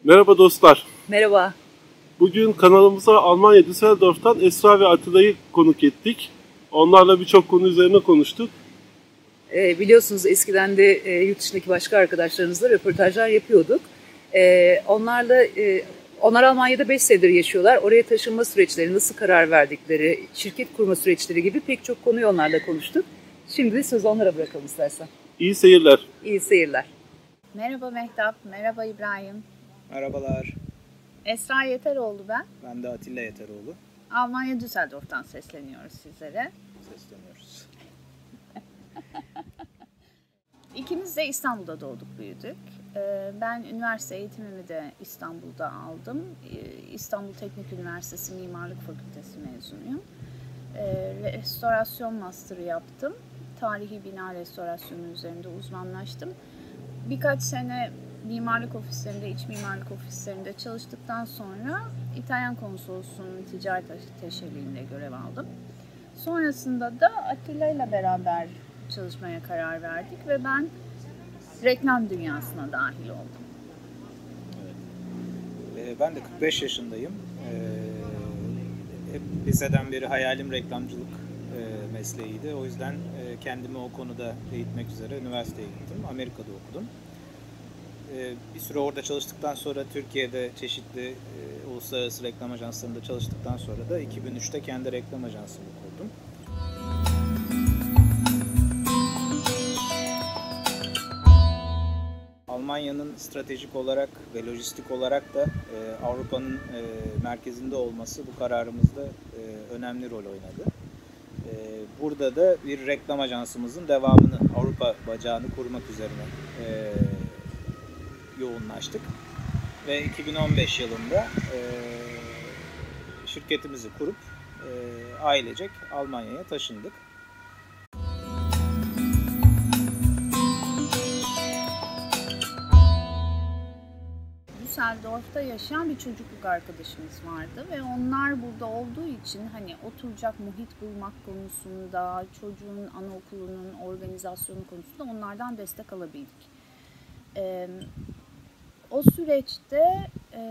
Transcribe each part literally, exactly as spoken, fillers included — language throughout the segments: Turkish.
Merhaba dostlar. Merhaba. Bugün kanalımıza Almanya Düsseldorf'tan Esra ve Atilla'yı konuk ettik. Onlarla birçok konu üzerine konuştuk. E, biliyorsunuz eskiden de e, yurt dışındaki başka arkadaşlarımızla röportajlar yapıyorduk. E, onlarla, e, onlar Almanya'da beş senedir yaşıyorlar. Oraya taşınma süreçleri, nasıl karar verdikleri, şirket kurma süreçleri gibi pek çok konuyu onlarla konuştuk. Şimdi de sözü onlara bırakalım istersen. İyi seyirler. İyi seyirler. Merhaba Mehtap, merhaba İbrahim. Merhabalar. Esra Yeteroğlu ben. Ben de Atilla Yeteroğlu. Almanya Düsseldorf'tan sesleniyoruz sizlere. Sesleniyoruz. İkimiz de İstanbul'da doğduk, büyüdük. Ben üniversite eğitimimi de İstanbul'da aldım. İstanbul Teknik Üniversitesi Mimarlık Fakültesi mezunuyum. Restorasyon master'ı yaptım. Tarihi bina restorasyonu üzerinde uzmanlaştım. Birkaç sene mimarlık ofislerinde, iç mimarlık ofislerinde çalıştıktan sonra İtalyan Konsolosluğu'nun ticaret ateşeliğinde görev aldım. Sonrasında da Atilla ile beraber çalışmaya karar verdik ve ben reklam dünyasına dahil oldum. Evet. Ben de kırk beş yaşındayım. Hep liseden beri hayalim reklamcılık mesleğiydi. O yüzden kendimi o konuda eğitmek üzere üniversiteye gittim. Amerika'da okudum. Bir süre orada çalıştıktan sonra Türkiye'de çeşitli e, uluslararası reklam ajanslarında çalıştıktan sonra da iki bin üçte kendi reklam ajansımı kurdum. Almanya'nın stratejik olarak ve lojistik olarak da e, Avrupa'nın e, merkezinde olması bu kararımızda e, önemli rol oynadı. E, burada da bir reklam ajansımızın devamını, Avrupa bacağını kurmak üzerine e, yoğunlaştık ve iki bin on beş yılında e, şirketimizi kurup e, ailecek Almanya'ya taşındık. Düsseldorf'ta yaşayan bir çocukluk arkadaşımız vardı ve onlar burada olduğu için hani oturacak muhit bulmak konusunda, çocuğun anaokulunun organizasyonu konusunda onlardan destek alabildik. Ee, O süreçte e,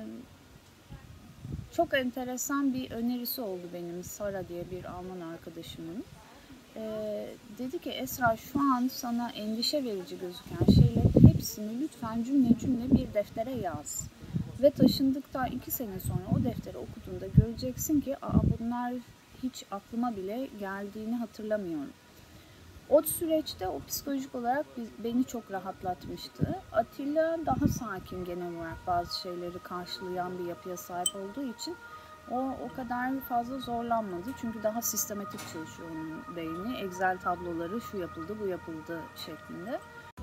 çok enteresan bir önerisi oldu benim, Sara diye bir Alman arkadaşımın. E, dedi ki Esra, şu an sana endişe verici gözüken şeylerin hepsini lütfen cümle cümle bir deftere yaz. Ve taşındıktan iki sene sonra o defteri okuduğunda göreceksin ki Aa, bunlar hiç aklıma bile geldiğini hatırlamıyorum. O süreçte o psikolojik olarak beni çok rahatlatmıştı. Atilla daha sakin genel olarak bazı şeyleri karşılayan bir yapıya sahip olduğu için o o kadar fazla zorlanmadı. Çünkü daha sistematik çalışıyor onun beyni. Excel tabloları şu yapıldı, bu yapıldı şeklinde.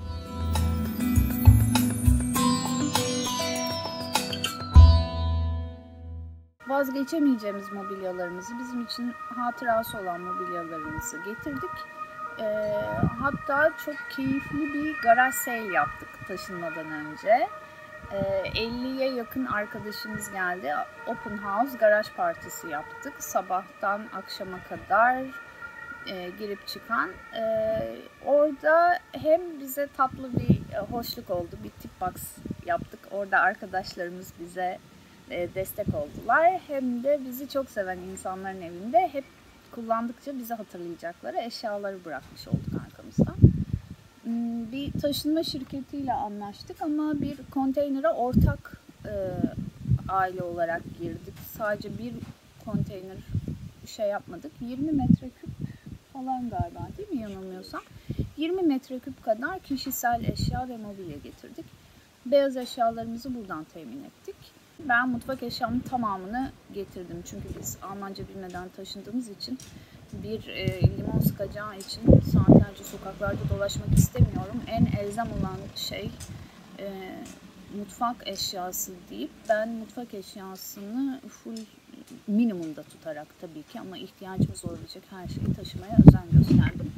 Vazgeçemeyeceğimiz mobilyalarımızı, bizim için hatırası olan mobilyalarımızı getirdik. E, hatta çok keyifli bir garaj sale yaptık taşınmadan önce. E, elliye yakın arkadaşımız geldi. Open House garaj partisi yaptık. Sabahtan akşama kadar e, girip çıkan. E, orada hem bize tatlı bir e, hoşluk oldu. Bir tip box yaptık. Orada arkadaşlarımız bize e, destek oldular. Hem de bizi çok seven insanların evinde hep kullandıkça bizi hatırlayacakları eşyaları bırakmış olduk arkamızda. Bir taşınma şirketiyle anlaştık ama bir konteynere ortak e, aile olarak girdik. Sadece bir konteyner şey yapmadık. yirmi metreküp falan galiba, değil mi yanılmıyorsam? yirmi metreküp kadar kişisel eşya ve mobilya getirdik. Beyaz eşyalarımızı buradan temin ettik. Ben mutfak eşyamın tamamını getirdim. Çünkü biz Almanca bilmeden taşındığımız için bir e, limon sıkacağı için saatlerce sokaklarda dolaşmak istemiyorum. En elzem olan şey e, mutfak eşyası deyip ben mutfak eşyasını full minimumda tutarak tabii ki ama ihtiyacımız olabilecek her şeyi taşımaya özen gösterdim.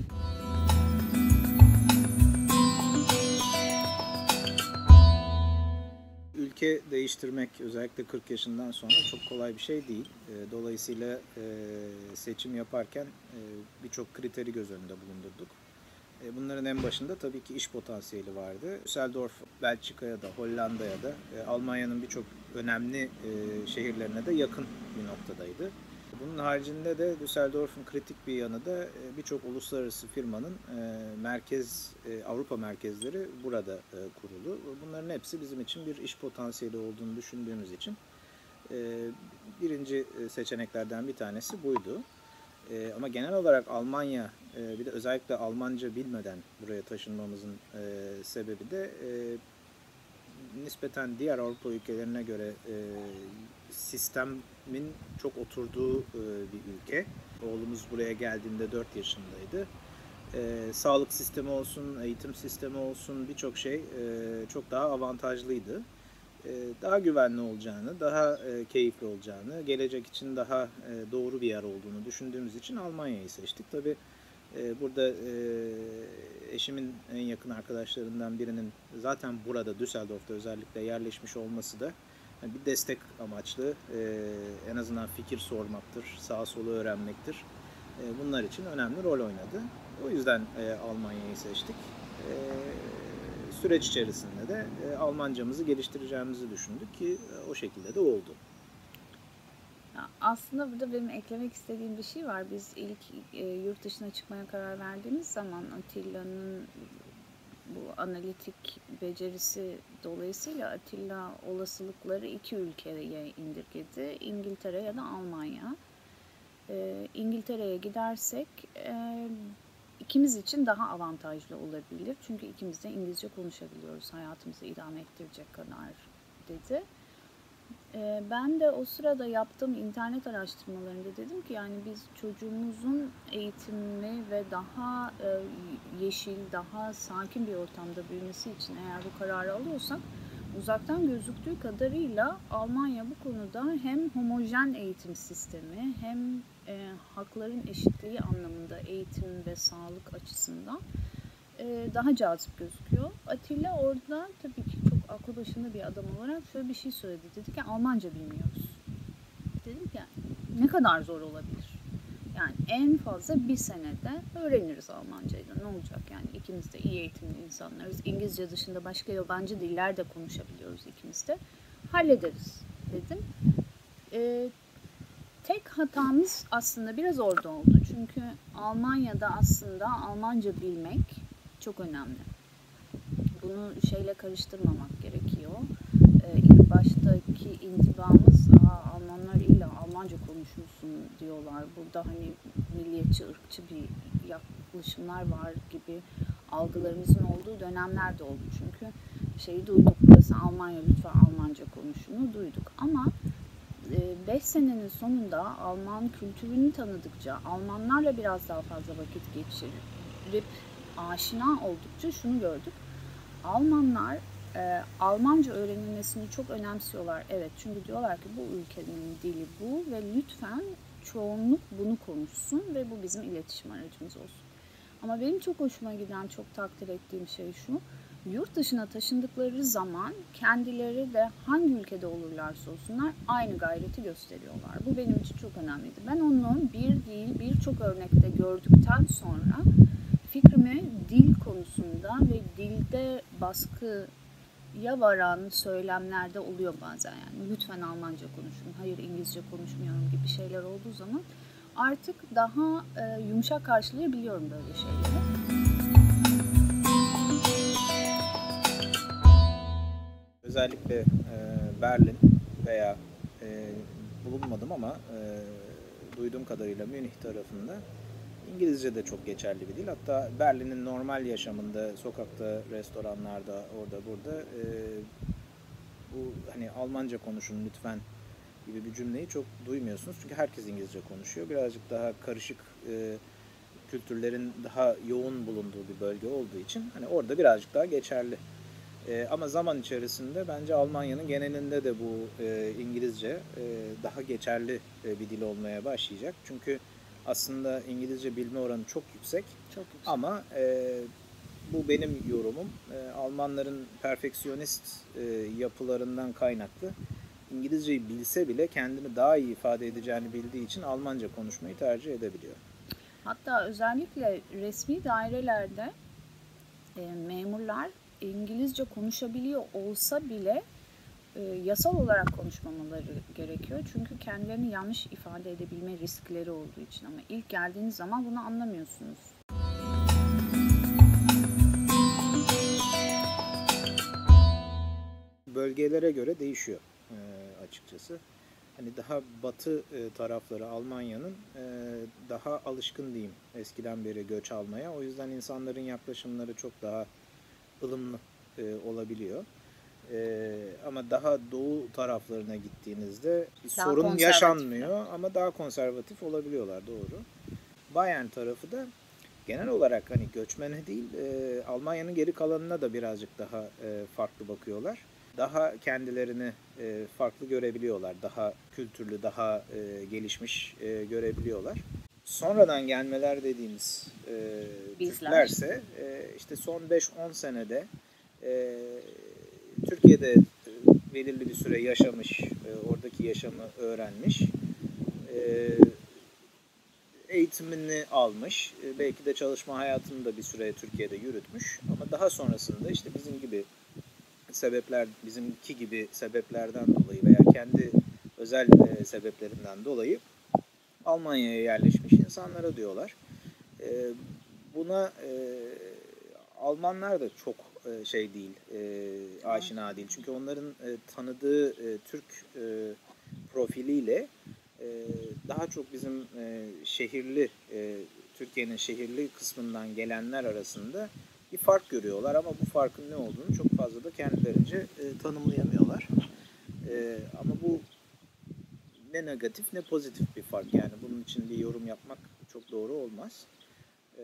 Ülke değiştirmek özellikle kırk yaşından sonra çok kolay bir şey değil. Dolayısıyla seçim yaparken birçok kriteri göz önünde bulundurduk. E, bunların en başında tabii ki iş potansiyeli vardı. Düsseldorf, Belçika'ya da, Hollanda'ya da, e, Almanya'nın birçok önemli e, şehirlerine de yakın bir noktadaydı. Bunun haricinde de Düsseldorf'un kritik bir yanı da e, birçok uluslararası firmanın e, merkez, e, Avrupa merkezleri burada e, kurulu. Bunların hepsi bizim için bir iş potansiyeli olduğunu düşündüğümüz için e, birinci seçeneklerden bir tanesi buydu. E, ama genel olarak Almanya, e, bir de özellikle Almanca bilmeden buraya taşınmamızın e, sebebi de e, nispeten diğer Avrupa ülkelerine göre e, sistemin çok oturduğu e, bir ülke. Oğlumuz buraya geldiğinde dört yaşındaydı. E, sağlık sistemi olsun, eğitim sistemi olsun birçok şey e, çok daha avantajlıydı. E, daha güvenli olacağını, daha e, keyifli olacağını, gelecek için daha e, doğru bir yer olduğunu düşündüğümüz için Almanya'yı seçtik. Tabii e, burada e, eşimin en yakın arkadaşlarından birinin zaten burada Düsseldorf'ta özellikle yerleşmiş olması da yani bir destek amaçlı, e, en azından fikir sormaktır, sağa solu öğrenmektir. E, bunlar için önemli rol oynadı. O yüzden e, Almanya'yı seçtik. E, süreç içerisinde de e, Almancamızı geliştireceğimizi düşündük ki e, o şekilde de oldu. Aslında burada benim eklemek istediğim bir şey var. Biz ilk e, yurt dışına çıkmaya karar verdiğimiz zaman Atilla'nın bu analitik becerisi dolayısıyla Atilla olasılıkları iki ülkeye indirgedi. İngiltere ya da Almanya. E, İngiltere'ye gidersek e, ikimiz için daha avantajlı olabilir. Çünkü ikimiz de İngilizce konuşabiliyoruz. Hayatımızı idame ettirecek kadar dedi. Ben de o sırada yaptığım internet araştırmalarında dedim ki yani biz çocuğumuzun eğitimli ve daha yeşil, daha sakin bir ortamda büyümesi için eğer bu kararı alıyorsak uzaktan gözüktüğü kadarıyla Almanya bu konuda hem homojen eğitim sistemi hem e, hakların eşitliği anlamında eğitim ve sağlık açısından e, daha cazip gözüküyor. Atilla orada tabii ki çok aklı başında bir adam olarak şöyle bir şey söyledi. Dedi ki Almanca bilmiyoruz. Dedim ki ne kadar zor olabilir? Yani en fazla bir senede öğreniriz Almancayı da ne olacak yani ikimiz de iyi eğitimli insanlarız. İngilizce dışında başka yabancı diller de konuşabiliyoruz ikimiz de. Hallederiz dedim. Ee, tek hatamız aslında biraz orada oldu. Çünkü Almanya'da aslında Almanca bilmek çok önemli. Bunu şeyle karıştırmamak gerekiyor. Ee, ilk baştaki intibamız Almanlar illa Almanca konuşmuşsun diyorlar. Burada hani milliyetçi, ırkçı bir yaklaşımlar var gibi algılarımızın olduğu dönemler de oldu. Çünkü şeyi duyduk, burası Almanya lütfen Almanca konuşunu duyduk. Ama beş senenin sonunda Alman kültürünü tanıdıkça, Almanlarla biraz daha fazla vakit geçirip aşina oldukça şunu gördük. Almanlar e, Almanca öğrenilmesini çok önemsiyorlar. Evet, çünkü diyorlar ki bu ülkenin dili bu ve lütfen çoğunluk bunu konuşsun ve bu bizim iletişim aracımız olsun. Ama benim çok hoşuma giden, çok takdir ettiğim şey şu. Yurt dışına taşındıkları zaman kendileri de hangi ülkede olurlarsa olsunlar aynı gayreti gösteriyorlar. Bu benim için çok önemliydi. Ben onu bir değil birçok örnekte gördükten sonra fikrimi dil konusunda ve dilde baskıya varan söylemlerde oluyor bazen yani. Lütfen Almanca konuşun, hayır İngilizce konuşmuyorum gibi şeyler olduğu zaman artık daha e, yumuşak karşılayabiliyorum böyle şeyleri. Özellikle e, Berlin veya e, bulunmadım ama e, duyduğum kadarıyla Münih tarafında İngilizce de çok geçerli bir dil. Hatta Berlin'in normal yaşamında, sokakta, restoranlarda, orada burada e, bu hani Almanca konuşun lütfen gibi bir cümleyi çok duymuyorsunuz. Çünkü herkes İngilizce konuşuyor. Birazcık daha karışık e, kültürlerin daha yoğun bulunduğu bir bölge olduğu için hani orada birazcık daha geçerli. E, ama zaman içerisinde bence Almanya'nın genelinde de bu e, İngilizce e, daha geçerli e, bir dil olmaya başlayacak. Çünkü aslında İngilizce bilme oranı çok yüksek. Çok yüksek. Ama e, bu benim yorumum. E, Almanların perfeksiyonist e, yapılarından kaynaklı. İngilizceyi bilse bile kendini daha iyi ifade edeceğini bildiği için Almanca konuşmayı tercih edebiliyor. Hatta özellikle resmi dairelerde e, memurlar İngilizce konuşabiliyor olsa bile e, yasal olarak konuşmamaları gerekiyor. Çünkü kendilerini yanlış ifade edebilme riskleri olduğu için. Ama ilk geldiğiniz zaman bunu anlamıyorsunuz. Bölgelere göre değişiyor e, açıkçası. Hani daha batı e, tarafları Almanya'nın e, daha alışkın diyeyim eskiden beri göç almaya. O yüzden insanların yaklaşımları çok daha ılımlı e, olabiliyor. E, ama daha doğu taraflarına gittiğinizde bir Daha sorun konservatif. yaşanmıyor ama daha konservatif olabiliyorlar, doğru. Bayern tarafı da genel olarak hani göçmene değil e, Almanya'nın geri kalanına da birazcık daha e, farklı bakıyorlar. Daha kendilerini e, farklı görebiliyorlar. Daha kültürlü, daha e, gelişmiş e, görebiliyorlar. Sonradan gelmeler dediğimiz e, Türklerse e, işte son beş on senede e, Türkiye'de e, belirli bir süre yaşamış, e, oradaki yaşamı öğrenmiş, e, eğitimini almış, e, belki de çalışma hayatını da bir süre Türkiye'de yürütmüş. Ama daha sonrasında işte bizim gibi sebepler, bizimki gibi sebeplerden dolayı veya kendi özel e, sebeplerinden dolayı Almanya'ya yerleşmiş insanlara diyorlar. E, buna e, Almanlar da çok e, şey değil, e, aşina değil. Çünkü onların e, tanıdığı e, Türk e, profiliyle e, daha çok bizim e, şehirli, e, Türkiye'nin şehirli kısmından gelenler arasında bir fark görüyorlar ama bu farkın ne olduğunu çok fazla da kendilerince e, tanımlayamıyorlar. E, ama bu ne negatif ne pozitif bir fark, yani bunun için bir yorum yapmak çok doğru olmaz. E,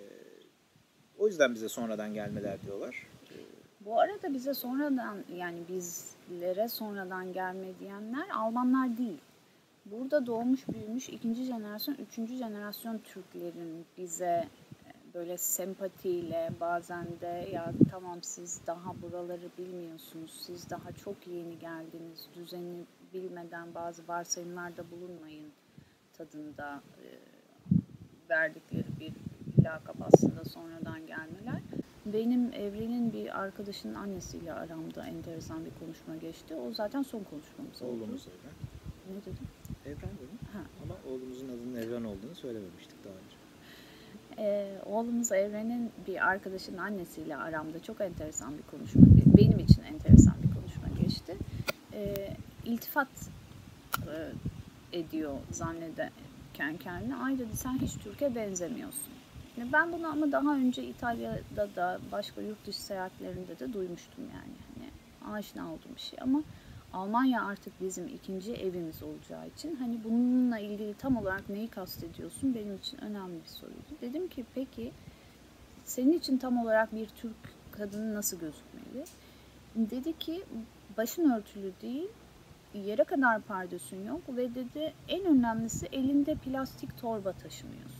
o yüzden bize sonradan gelmeler diyorlar. E, Bu arada bize sonradan, yani bizlere sonradan gelme diyenler Almanlar değil. Burada doğmuş büyümüş ikinci jenerasyon, üçüncü jenerasyon Türklerin bize böyle sempatiyle, bazen de ya tamam siz daha buraları bilmiyorsunuz, siz daha çok yeni geldiniz, düzeni bilmeden bazı varsayımlarda bulunmayın tadında e, verdikleri bir lakap aslında sonradan gelmeler. Benim Evren'in bir arkadaşının annesiyle aramda enteresan bir konuşma geçti. O zaten son konuşmamız oldu. Oğlumuz Evren. Ne dedim? Evren dedim. Ha. Ama oğlumuzun adının Evren olduğunu söylememiştik daha önce. Ee, oğlumuz Evren'in bir arkadaşının annesiyle aramda çok enteresan bir konuşma, benim için enteresan bir konuşma geçti. Ee, iltifat e, ediyor zannederken kendine, ay dedi sen hiç Türkiye benzemiyorsun. Yani ben bunu ama daha önce İtalya'da da başka yurt dışı seyahatlerinde de duymuştum yani. Hani aşina olduğum bir şey ama Almanya artık bizim ikinci evimiz olacağı için hani bununla ilgili tam olarak neyi kastediyorsun benim için önemli bir soruydu. Dedim ki peki senin için tam olarak bir Türk kadını nasıl gözükmeli? Dedi ki başın örtülü değil, yere kadar pardösün yok ve dedi en önemlisi elinde plastik torba taşımıyorsun.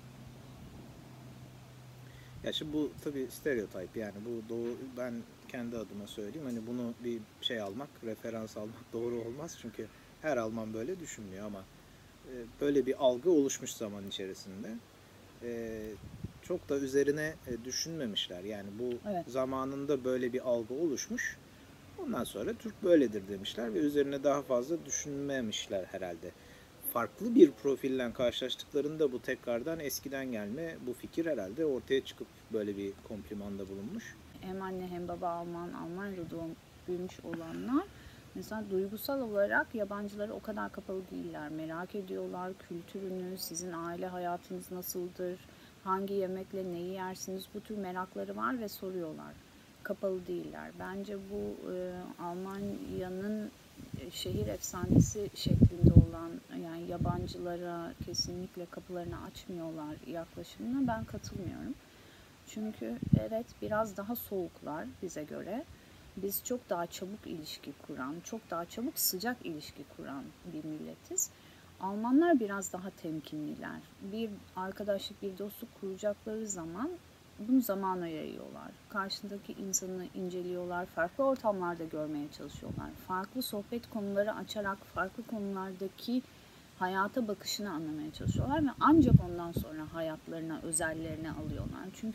Ya şimdi bu tabii stereotip, yani bu doğu, ben kendi adıma söyleyeyim, hani bunu bir şey almak, referans almak doğru olmaz çünkü her Alman böyle düşünmüyor ama e, böyle bir algı oluşmuş zaman içerisinde. E, çok da üzerine e, düşünmemişler, yani bu Evet. zamanında böyle bir algı oluşmuş, ondan sonra Türk böyledir demişler ve üzerine daha fazla düşünmemişler herhalde. Farklı bir profille karşılaştıklarında bu tekrardan eskiden gelme bu fikir herhalde ortaya çıkıp böyle bir komplimanda bulunmuş. Hem anne hem baba Alman, Almanya'da doğum büyümüş olanlar mesela duygusal olarak yabancılara o kadar kapalı değiller. Merak ediyorlar kültürünü, sizin aile hayatınız nasıldır, hangi yemekle neyi yersiniz, bu tür merakları var ve soruyorlar. Kapalı değiller. Bence bu e, Almanya'nın şehir efsanesi şeklinde olan, yani yabancılara kesinlikle kapılarını açmıyorlar yaklaşımına ben katılmıyorum. Çünkü evet biraz daha soğuklar bize göre. Biz çok daha çabuk ilişki kuran, çok daha çabuk sıcak ilişki kuran bir milletiz. Almanlar biraz daha temkinliler. Bir arkadaşlık, bir dostluk kuracakları zaman bunu zamana yayıyorlar. Karşındaki insanı inceliyorlar, farklı ortamlarda görmeye çalışıyorlar. Farklı sohbet konuları açarak farklı konulardaki hayata bakışını anlamaya çalışıyorlar ve ancak ondan sonra hayatlarına, özellerine alıyorlar. Çünkü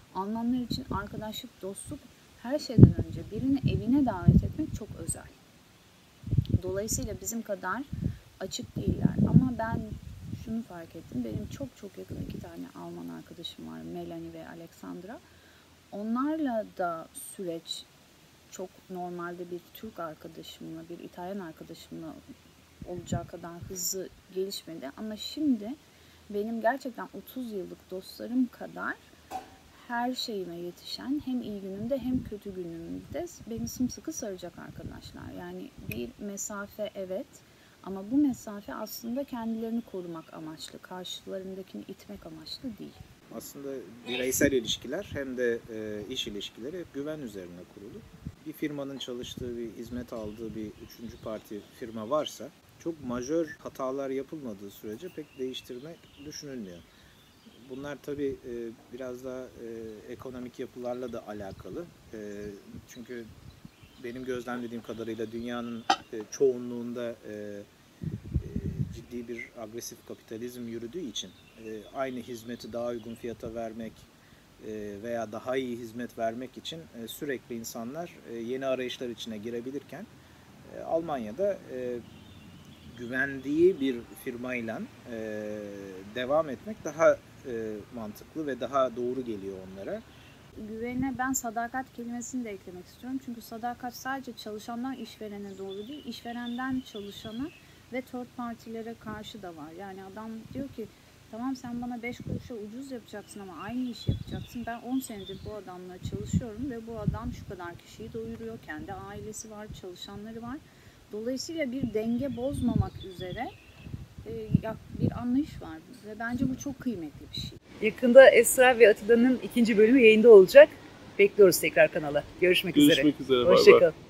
Almanlar için arkadaşlık, dostluk her şeyden önce birini evine davet etmek çok özel. Dolayısıyla bizim kadar açık değiller. Ama ben şunu fark ettim. Benim çok çok yakın iki tane Alman arkadaşım var. Melanie ve Alexandra. Onlarla da süreç çok normalde bir Türk arkadaşımla, bir İtalyan arkadaşımla olacağı kadar hızlı gelişmedi. Ama şimdi benim gerçekten otuz yıllık dostlarım kadar her şeyime yetişen, hem iyi günümde hem kötü günümde beni sımsıkı saracak arkadaşlar. Yani bir mesafe evet, ama bu mesafe aslında kendilerini korumak amaçlı, karşılarındakini itmek amaçlı değil. Aslında bireysel ilişkiler hem de e, iş ilişkileri hep güven üzerine kurulu. Bir firmanın çalıştığı, bir hizmet aldığı bir üçüncü parti firma varsa çok majör hatalar yapılmadığı sürece pek değiştirmek düşünülmüyor. Bunlar tabii e, biraz da e, ekonomik yapılarla da alakalı. E, çünkü benim gözlemlediğim kadarıyla dünyanın e, çoğunluğunda e, e, ciddi bir agresif kapitalizm yürüdüğü için e, aynı hizmeti daha uygun fiyata vermek e, veya daha iyi hizmet vermek için e, sürekli insanlar e, yeni arayışlar içine girebilirken e, Almanya'da e, güvendiği bir firmayla e, devam etmek daha e, mantıklı ve daha doğru geliyor onlara. Güvene ben sadakat kelimesini de eklemek istiyorum. Çünkü sadakat sadece çalışandan işverene doğru değil, işverenden çalışana ve third partilere karşı da var. Yani adam diyor ki tamam sen bana beş kuruşa ucuz yapacaksın ama aynı iş yapacaksın. Ben on senedir bu adamla çalışıyorum ve bu adam şu kadar kişiyi doyuruyor. Kendi ailesi var, çalışanları var. Dolayısıyla bir denge bozmamak üzere bir anlayış var ve bence bu çok kıymetli bir şey. Yakında Esra ve Atilla'nın ikinci bölümü yayında olacak. Bekliyoruz tekrar kanala. Görüşmek, Görüşmek üzere. üzere. Hoşçakalın.